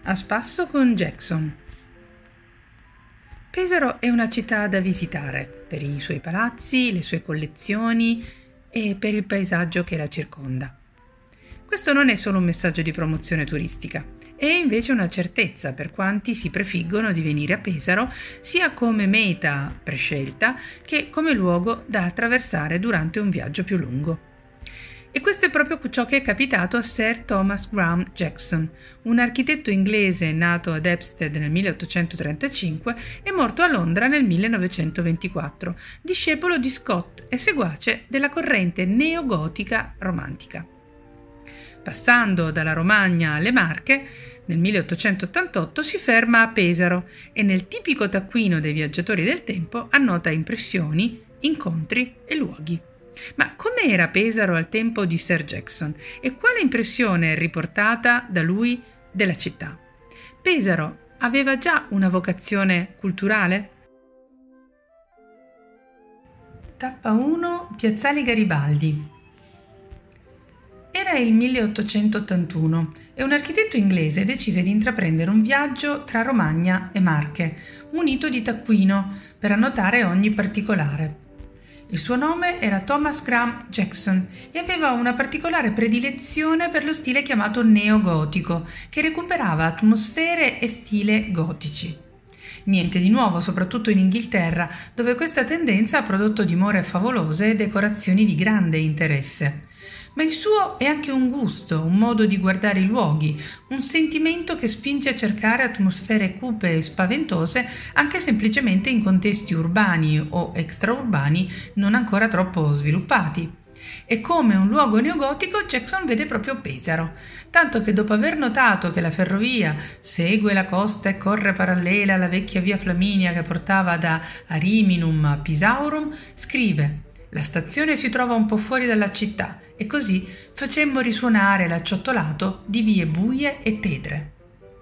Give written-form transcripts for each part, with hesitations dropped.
A spasso con Jackson. Pesaro è una città da visitare per i suoi palazzi, le sue collezioni e per il paesaggio che la circonda. Questo non è solo un messaggio di promozione turistica, è invece una certezza per quanti si prefiggono di venire a Pesaro sia come meta prescelta che come luogo da attraversare durante un viaggio più lungo. E questo è proprio ciò che è capitato a Sir Thomas Graham Jackson, un architetto inglese nato ad Hampstead nel 1835 e morto a Londra nel 1924, discepolo di Scott e seguace della corrente neogotica romantica. Passando dalla Romagna alle Marche, nel 1888 si ferma a Pesaro e nel tipico taccuino dei viaggiatori del tempo annota impressioni, incontri e luoghi. Ma com'era Pesaro al tempo di Sir Jackson e quale impressione è riportata da lui della città? Pesaro aveva già una vocazione culturale? Tappa 1: Piazzale Garibaldi. Era il 1881 e un architetto inglese decise di intraprendere un viaggio tra Romagna e Marche, munito di taccuino per annotare ogni particolare. Il suo nome era Thomas Graham Jackson e aveva una particolare predilezione per lo stile chiamato neogotico, che recuperava atmosfere e stile gotici. Niente di nuovo, soprattutto in Inghilterra, dove questa tendenza ha prodotto dimore favolose e decorazioni di grande interesse. Ma il suo è anche un gusto, un modo di guardare i luoghi, un sentimento che spinge a cercare atmosfere cupe e spaventose anche semplicemente in contesti urbani o extraurbani non ancora troppo sviluppati. E come un luogo neogotico Jackson vede proprio Pesaro, tanto che dopo aver notato che la ferrovia segue la costa e corre parallela alla vecchia via Flaminia che portava da Ariminum a Pisaurum, scrive: «La stazione si trova un po' fuori dalla città e così facemmo risuonare l'acciottolato di vie buie e tetre».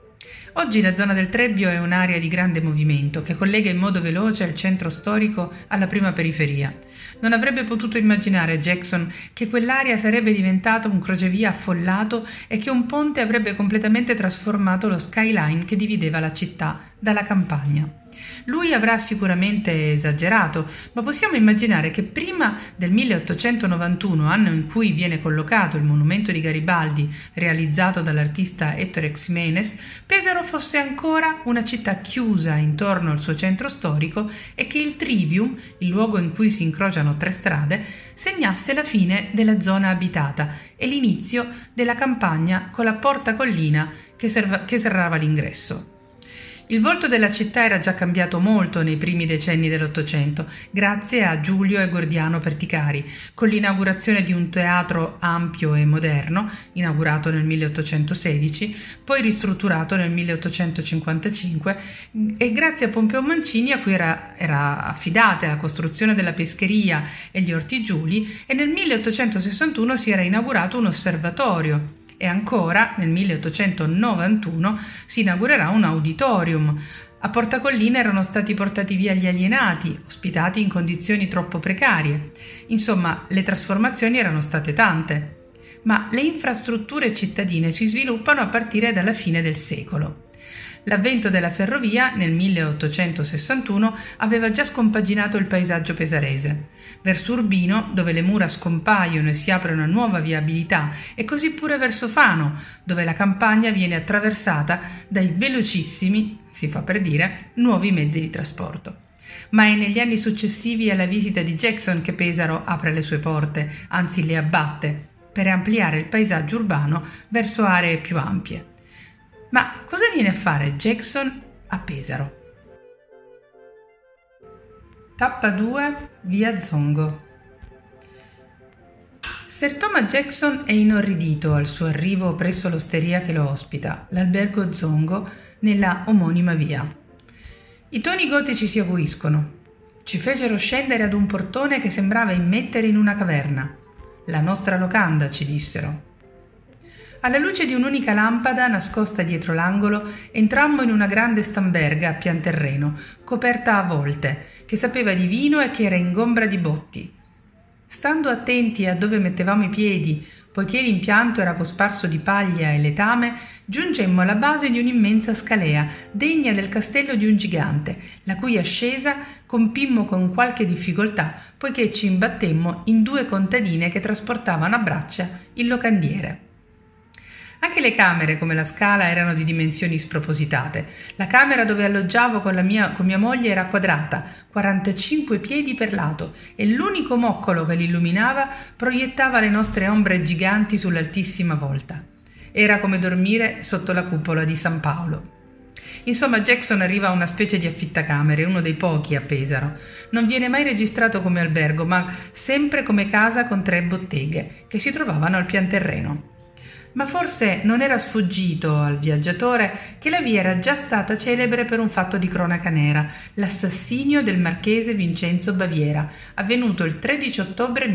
Oggi la zona del Trebbio è un'area di grande movimento che collega in modo veloce il centro storico alla prima periferia. Non avrebbe potuto immaginare Jackson che quell'area sarebbe diventata un crocevia affollato e che un ponte avrebbe completamente trasformato lo skyline che divideva la città dalla campagna. Lui avrà sicuramente esagerato, ma possiamo immaginare che prima del 1891, anno in cui viene collocato il monumento di Garibaldi realizzato dall'artista Ettore Ximenes, Pesaro fosse ancora una città chiusa intorno al suo centro storico e che il Trivium, il luogo in cui si incrociano tre strade, segnasse la fine della zona abitata e l'inizio della campagna con la porta collina che serrava l'ingresso. Il volto della città era già cambiato molto nei primi decenni dell'Ottocento, grazie a Giulio e Gordiano Perticari, con l'inaugurazione di un teatro ampio e moderno, inaugurato nel 1816, poi ristrutturato nel 1855, e grazie a Pompeo Mancini, a cui era affidata la costruzione della pescheria e gli orti Giuli, e nel 1861 si era inaugurato un osservatorio. E ancora nel 1891 si inaugurerà un auditorium. A Porta Collina erano stati portati via gli alienati, ospitati in condizioni troppo precarie. Insomma, le trasformazioni erano state tante. Ma le infrastrutture cittadine si sviluppano a partire dalla fine del secolo. L'avvento della ferrovia nel 1861 aveva già scompaginato il paesaggio pesarese. Verso Urbino, dove le mura scompaiono e si apre una nuova viabilità, e così pure verso Fano, dove la campagna viene attraversata dai velocissimi, si fa per dire, nuovi mezzi di trasporto. Ma è negli anni successivi alla visita di Jackson che Pesaro apre le sue porte, anzi le abbatte, per ampliare il paesaggio urbano verso aree più ampie. Ma cosa viene a fare Jackson a Pesaro? Tappa 2: Via Zongo. Sir Thomas Jackson è inorridito al suo arrivo presso l'osteria che lo ospita, l'albergo Zongo, nella omonima via. I toni gotici si acuiscono. Ci fecero scendere ad un portone che sembrava immettere in una caverna. La nostra locanda, ci dissero. Alla luce di un'unica lampada nascosta dietro l'angolo, entrammo in una grande stamberga a pianterreno, coperta a volte, che sapeva di vino e che era ingombra di botti. Stando attenti a dove mettevamo i piedi, Poiché l'impianto era cosparso di paglia e letame, giungemmo alla base di un'immensa scalea, degna del castello di un gigante, la cui ascesa compimmo con qualche difficoltà, poiché ci imbattemmo in 2 contadine che trasportavano a braccia il locandiere. Anche le camere, come la scala, erano di dimensioni spropositate. La camera dove alloggiavo con mia moglie era quadrata, 45 piedi per lato, e l'unico moccolo che l'illuminava proiettava le nostre ombre giganti sull'altissima volta. Era come dormire sotto la cupola di San Paolo. Insomma, Jackson arriva a una specie di affittacamere, uno dei pochi a Pesaro. Non viene mai registrato come albergo, ma sempre come casa con 3 botteghe, che si trovavano al pian terreno. Ma forse non era sfuggito al viaggiatore che la via era già stata celebre per un fatto di cronaca nera, l'assassinio del marchese Vincenzo Baviera, avvenuto il 13 ottobre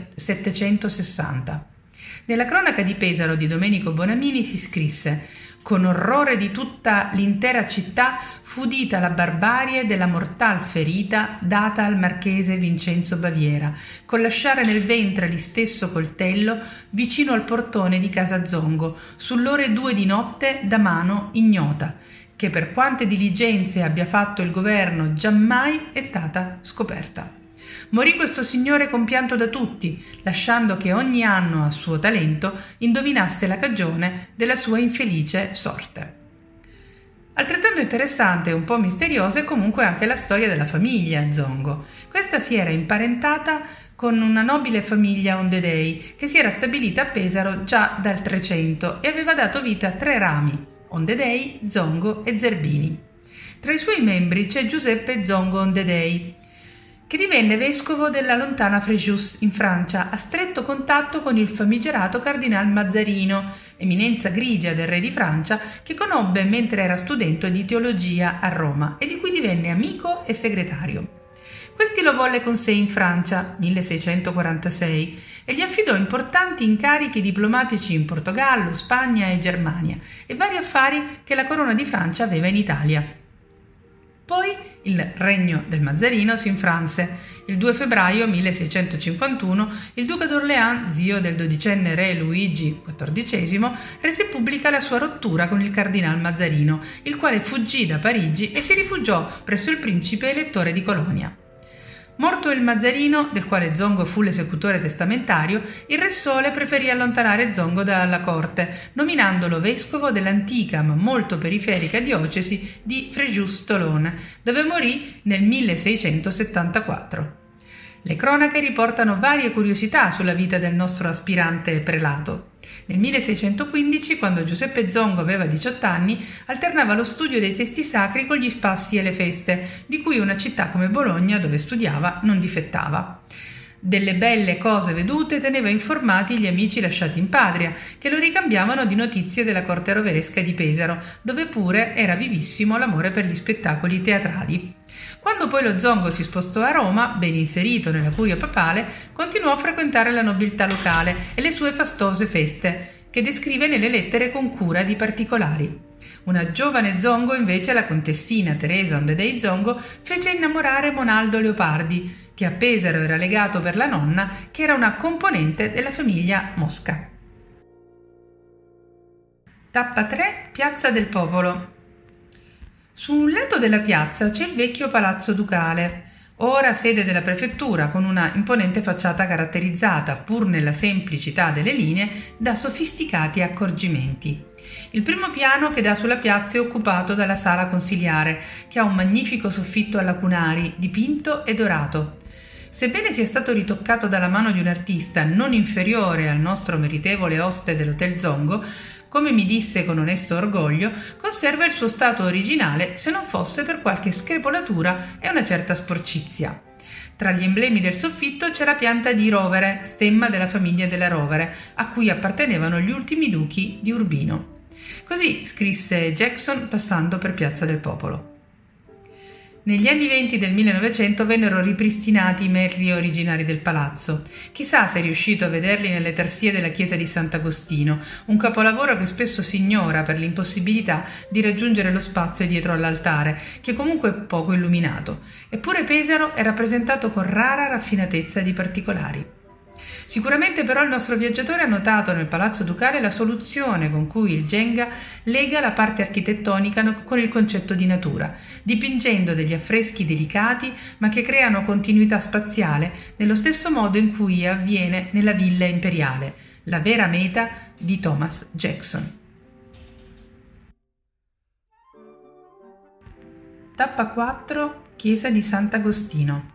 1760. Nella cronaca di Pesaro di Domenico Bonamini si scrisse: «Con orrore di tutta l'intera città fu udita la barbarie della mortal ferita data al marchese Vincenzo Baviera, col lasciare nel ventre l'istesso coltello vicino al portone di casa Zongo, sull'ore 2 di notte da mano ignota, che per quante diligenze abbia fatto il governo giammai è stata scoperta. Morì questo signore compianto da tutti, lasciando che ogni anno a suo talento indovinasse la cagione della sua infelice sorte». Altrettanto interessante e un po' misteriosa è comunque anche la storia della famiglia Zongo. Questa si era imparentata con una nobile famiglia Ondedei che si era stabilita a Pesaro già dal 300 e aveva dato vita a 3 rami: Ondedei, Zongo e Zerbini. Tra i suoi membri c'è Giuseppe Zongo Ondedei, che divenne vescovo della lontana Fréjus in Francia, a stretto contatto con il famigerato cardinal Mazzarino, eminenza grigia del re di Francia, che conobbe mentre era studente di teologia a Roma e di cui divenne amico e segretario. Questi lo volle con sé in Francia, 1646, e gli affidò importanti incarichi diplomatici in Portogallo, Spagna e Germania e vari affari che la corona di Francia aveva in Italia. Poi il regno del Mazzarino si infranse. Il 2 febbraio 1651 il duca d'Orléans, zio del dodicenne re Luigi XIV, rese pubblica la sua rottura con il cardinal Mazzarino, il quale fuggì da Parigi e si rifugiò presso il principe elettore di Colonia. Morto il Mazzarino, del quale Zongo fu l'esecutore testamentario, il Re Sole preferì allontanare Zongo dalla corte, nominandolo vescovo dell'antica ma molto periferica diocesi di Fréjus-Tolone, dove morì nel 1674. Le cronache riportano varie curiosità sulla vita del nostro aspirante prelato. Nel 1615, quando Giuseppe Zongo aveva 18 anni, alternava lo studio dei testi sacri con gli spassi e le feste, di cui una città come Bologna, dove studiava, non difettava. Delle belle cose vedute teneva informati gli amici lasciati in patria, che lo ricambiavano di notizie della corte roveresca di Pesaro, dove pure era vivissimo l'amore per gli spettacoli teatrali. Quando poi lo Zongo si spostò a Roma, ben inserito nella curia papale, continuò a frequentare la nobiltà locale e le sue fastose feste, che descrive nelle lettere con cura di particolari. Una giovane Zongo, invece, la contessina Teresa Ondedei Zongo, fece innamorare Monaldo Leopardi, che a Pesaro era legato per la nonna, che era una componente della famiglia Mosca. Tappa 3, Piazza del Popolo. Su un lato della piazza c'è il vecchio Palazzo Ducale, ora sede della prefettura, con una imponente facciata caratterizzata, pur nella semplicità delle linee, da sofisticati accorgimenti. Il primo piano che dà sulla piazza è occupato dalla sala consiliare, che ha un magnifico soffitto a lacunari, dipinto e dorato. Sebbene sia stato ritoccato dalla mano di un artista non inferiore al nostro meritevole oste dell'Hotel Zongo, come mi disse con onesto orgoglio, conserva il suo stato originale se non fosse per qualche screpolatura e una certa sporcizia. Tra gli emblemi del soffitto c'è la pianta di Rovere, stemma della famiglia della Rovere, a cui appartenevano gli ultimi duchi di Urbino. Così scrisse Jackson passando per Piazza del Popolo. Negli anni 20 del 1900 vennero ripristinati i merli originari del palazzo. Chissà se è riuscito a vederli nelle tarsie della chiesa di Sant'Agostino, un capolavoro che spesso si ignora per l'impossibilità di raggiungere lo spazio dietro all'altare, che comunque è poco illuminato. Eppure Pesaro è rappresentato con rara raffinatezza di particolari. Sicuramente però il nostro viaggiatore ha notato nel Palazzo Ducale la soluzione con cui il Genga lega la parte architettonica con il concetto di natura, dipingendo degli affreschi delicati ma che creano continuità spaziale nello stesso modo in cui avviene nella Villa Imperiale, la vera meta di Thomas Jackson. Tappa 4. Chiesa di Sant'Agostino.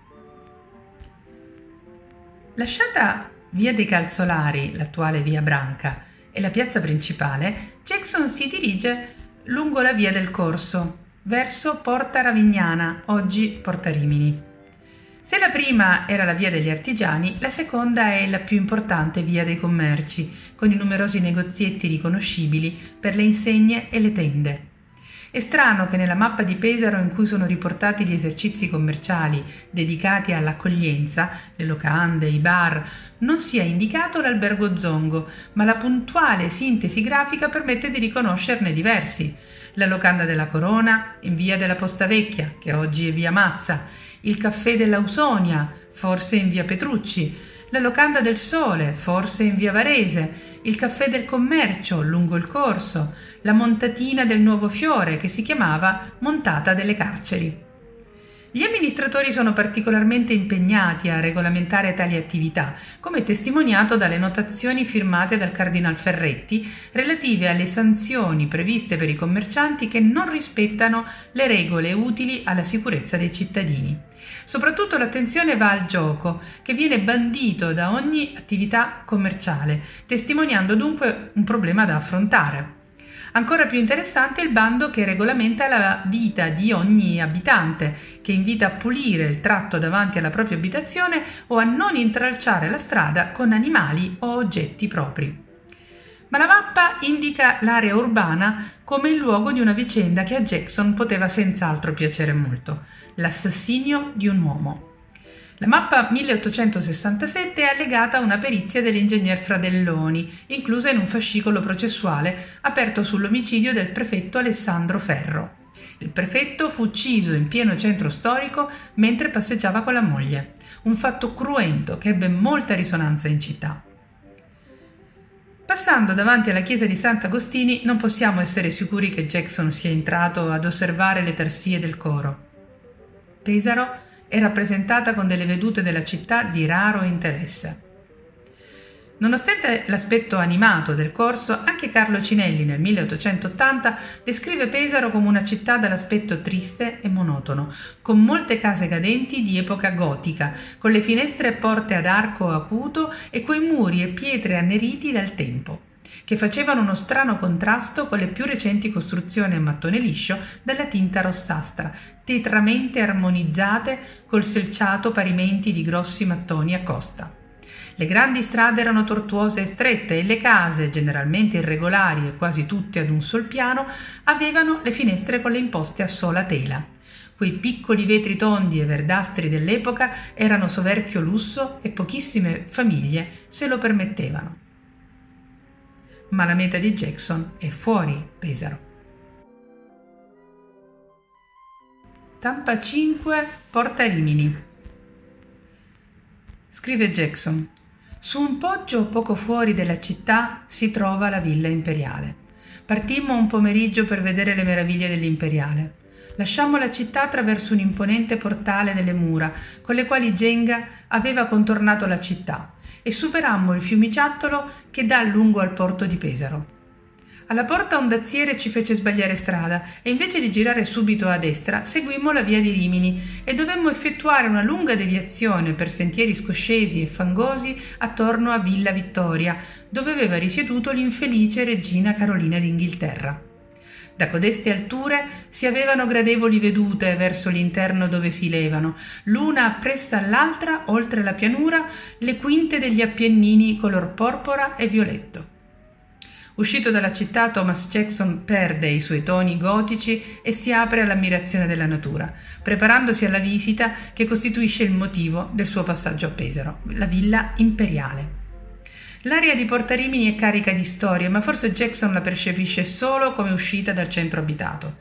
Lasciata Via dei Calzolari, l'attuale Via Branca, e la piazza principale, Jackson si dirige lungo la Via del Corso, verso Porta Ravignana, oggi Porta Rimini. Se la prima era la Via degli Artigiani, la seconda è la più importante Via dei Commerci, con i numerosi negozietti riconoscibili per le insegne e le tende. È strano che nella mappa di Pesaro in cui sono riportati gli esercizi commerciali dedicati all'accoglienza, le locande, i bar, non sia indicato l'albergo Zongo, ma la puntuale sintesi grafica permette di riconoscerne diversi. La locanda della Corona, in via della Posta Vecchia, che oggi è via Mazza, il caffè dell'Ausonia, forse in via Petrucci, la locanda del Sole, forse in via Varese, il caffè del Commercio, lungo il Corso, la montatina del Nuovo Fiore, che si chiamava Montata delle Carceri. Gli amministratori sono particolarmente impegnati a regolamentare tali attività, come testimoniato dalle notazioni firmate dal Cardinal Ferretti relative alle sanzioni previste per i commercianti che non rispettano le regole utili alla sicurezza dei cittadini. Soprattutto l'attenzione va al gioco, che viene bandito da ogni attività commerciale, testimoniando dunque un problema da affrontare. Ancora più interessante è il bando che regolamenta la vita di ogni abitante, che invita a pulire il tratto davanti alla propria abitazione o a non intralciare la strada con animali o oggetti propri. Ma la mappa indica l'area urbana come il luogo di una vicenda che a Jackson poteva senz'altro piacere molto: l'assassinio di un uomo. La mappa 1867 è allegata a una perizia dell'ingegner Fradelloni, inclusa in un fascicolo processuale aperto sull'omicidio del prefetto Alessandro Ferro. Il prefetto fu ucciso in pieno centro storico mentre passeggiava con la moglie, un fatto cruento che ebbe molta risonanza in città. Passando davanti alla chiesa di Sant'Agostini non possiamo essere sicuri che Jackson sia entrato ad osservare le tarsie del coro. Pesaro è rappresentata con delle vedute della città di raro interesse. Nonostante l'aspetto animato del corso, anche Carlo Cinelli nel 1880 descrive Pesaro come una città dall'aspetto triste e monotono, con molte case cadenti di epoca gotica, con le finestre e porte ad arco acuto e quei muri e pietre anneriti dal tempo, che facevano uno strano contrasto con le più recenti costruzioni a mattone liscio dalla tinta rossastra, tetramente armonizzate col selciato parimenti di grossi mattoni a costa. Le grandi strade erano tortuose e strette e le case, generalmente irregolari e quasi tutte ad un sol piano, avevano le finestre con le imposte a sola tela. Quei piccoli vetri tondi e verdastri dell'epoca erano soverchio lusso e pochissime famiglie se lo permettevano. Ma la meta di Jackson è fuori Pesaro. Tappa 5. Porta Rimini. Scrive Jackson: su un poggio poco fuori della città si trova la Villa Imperiale. Partimmo un pomeriggio per vedere le meraviglie dell'Imperiale. Lasciammo la città attraverso un imponente portale delle mura, con le quali Genga aveva contornato la città, e superammo il fiumiciattolo che dà lungo al porto di Pesaro. Alla porta un dazziere ci fece sbagliare strada e invece di girare subito a destra seguimmo la via di Rimini e dovemmo effettuare una lunga deviazione per sentieri scoscesi e fangosi attorno a Villa Vittoria, dove aveva risieduto l'infelice regina Carolina d'Inghilterra. Da codeste alture si avevano gradevoli vedute verso l'interno dove si levano, l'una appressa all'altra, oltre la pianura, le quinte degli Appennini color porpora e violetto. Uscito dalla città, Thomas Jackson perde i suoi toni gotici e si apre all'ammirazione della natura, preparandosi alla visita che costituisce il motivo del suo passaggio a Pesaro, la Villa Imperiale. L'area di Porta Rimini è carica di storie, ma forse Jackson la percepisce solo come uscita dal centro abitato.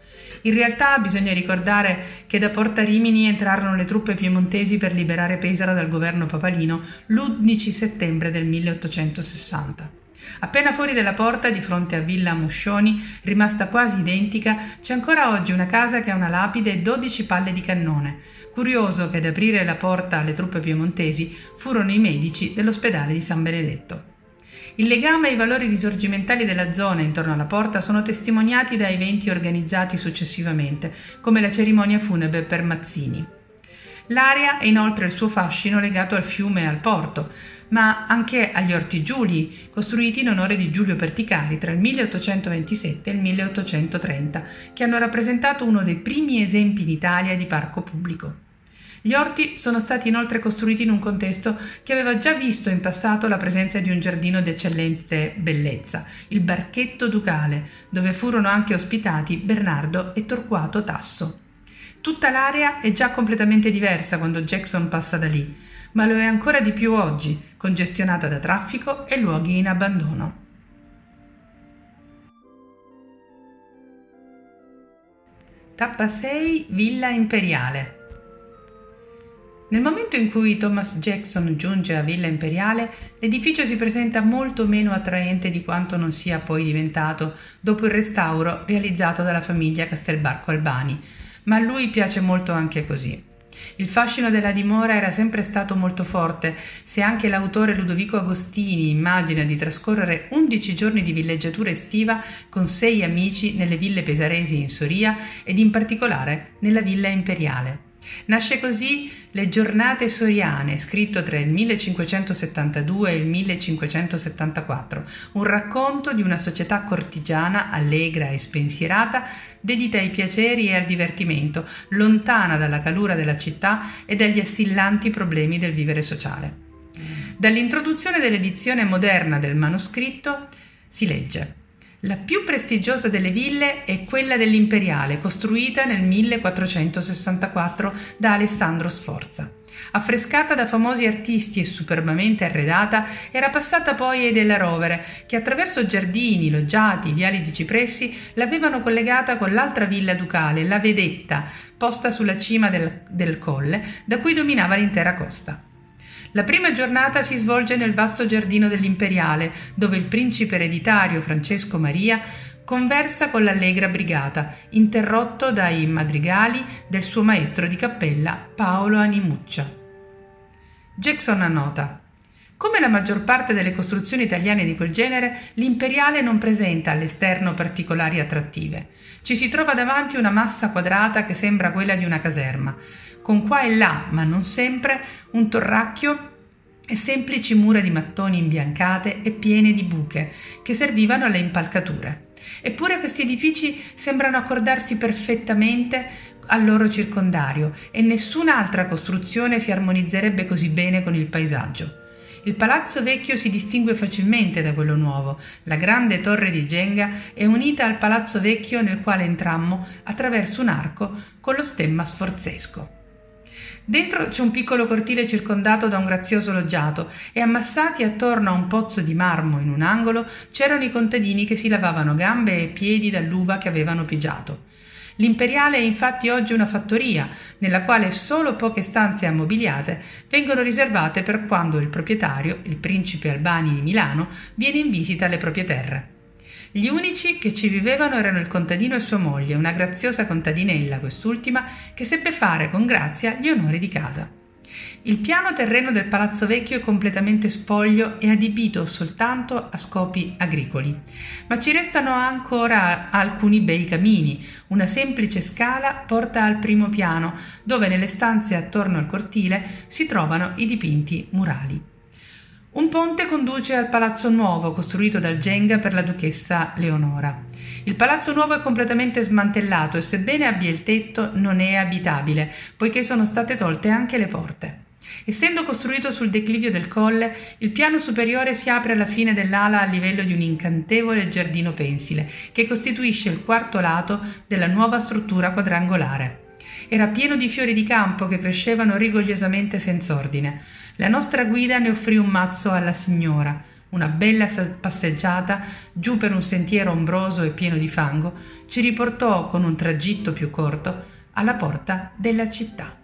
In realtà bisogna ricordare che da Porta Rimini entrarono le truppe piemontesi per liberare Pesaro dal governo papalino l'11 settembre del 1860. Appena fuori dalla porta, di fronte a Villa Moscioni, rimasta quasi identica, c'è ancora oggi una casa che ha una lapide e 12 palle di cannone. Curioso che ad aprire la porta alle truppe piemontesi furono i medici dell'ospedale di San Benedetto. Il legame e i valori risorgimentali della zona intorno alla porta sono testimoniati da eventi organizzati successivamente, come la cerimonia funebre per Mazzini. L'area è inoltre il suo fascino legato al fiume e al porto, ma anche agli Orti Giulii, costruiti in onore di Giulio Perticari tra il 1827 e il 1830, che hanno rappresentato uno dei primi esempi in Italia di parco pubblico. Gli orti sono stati inoltre costruiti in un contesto che aveva già visto in passato la presenza di un giardino di eccellente bellezza, il Barchetto Ducale, dove furono anche ospitati Bernardo e Torquato Tasso. Tutta l'area è già completamente diversa quando Jackson passa da lì, ma lo è ancora di più oggi, congestionata da traffico e luoghi in abbandono. Tappa 6 Villa Imperiale. Nel momento in cui Thomas Jackson giunge a Villa Imperiale, l'edificio si presenta molto meno attraente di quanto non sia poi diventato dopo il restauro realizzato dalla famiglia Castelbarco Albani, ma a lui piace molto anche così. Il fascino della dimora era sempre stato molto forte, se anche l'autore Ludovico Agostini immagina di trascorrere 11 giorni di villeggiatura estiva con 6 amici nelle ville pesaresi in Soria ed in particolare nella Villa Imperiale. Nasce così Le giornate soriane, scritto tra il 1572 e il 1574, un racconto di una società cortigiana allegra e spensierata, dedita ai piaceri e al divertimento, lontana dalla calura della città e dagli assillanti problemi del vivere sociale. Dall'introduzione dell'edizione moderna del manoscritto si legge: la più prestigiosa delle ville è quella dell'Imperiale, costruita nel 1464 da Alessandro Sforza. Affrescata da famosi artisti e superbamente arredata, era passata poi ai Della Rovere, che attraverso giardini, loggiati, viali di cipressi l'avevano collegata con l'altra villa ducale, la Vedetta, posta sulla cima del colle, da cui dominava l'intera costa. La prima giornata si svolge nel vasto giardino dell'Imperiale, dove il principe ereditario Francesco Maria conversa con l'allegra brigata, interrotto dai madrigali del suo maestro di cappella Paolo Animuccia. Jackson annota: come la maggior parte delle costruzioni italiane di quel genere, l'Imperiale non presenta all'esterno particolari attrattive. Ci si trova davanti una massa quadrata che sembra quella di una caserma, con qua e là, ma non sempre, un torracchio e semplici mura di mattoni imbiancate e piene di buche che servivano alle impalcature. Eppure questi edifici sembrano accordarsi perfettamente al loro circondario e nessun'altra costruzione si armonizzerebbe così bene con il paesaggio. Il palazzo vecchio si distingue facilmente da quello nuovo. La grande torre di Genga è unita al palazzo vecchio nel quale entrammo attraverso un arco con lo stemma sforzesco. Dentro c'è un piccolo cortile circondato da un grazioso loggiato e ammassati attorno a un pozzo di marmo in un angolo c'erano i contadini che si lavavano gambe e piedi dall'uva che avevano pigiato. L'Imperiale è infatti oggi una fattoria, nella quale solo poche stanze ammobiliate vengono riservate per quando il proprietario, il principe Albani di Milano, viene in visita alle proprie terre. Gli unici che ci vivevano erano il contadino e sua moglie, una graziosa contadinella, quest'ultima, che seppe fare con grazia gli onori di casa. Il piano terreno del Palazzo Vecchio è completamente spoglio e adibito soltanto a scopi agricoli, ma ci restano ancora alcuni bei camini. Una semplice scala porta al primo piano, dove nelle stanze attorno al cortile si trovano i dipinti murali. Un ponte conduce al Palazzo Nuovo, costruito dal Genga per la duchessa Leonora. Il Palazzo Nuovo è completamente smantellato e, sebbene abbia il tetto, non è abitabile, poiché sono state tolte anche le porte. Essendo costruito sul declivio del colle, il piano superiore si apre alla fine dell'ala a livello di un incantevole giardino pensile, che costituisce il quarto lato della nuova struttura quadrangolare. Era pieno di fiori di campo che crescevano rigogliosamente senza ordine. La nostra guida ne offrì un mazzo alla signora, una bella passeggiata giù per un sentiero ombroso e pieno di fango ci riportò con un tragitto più corto alla porta della città.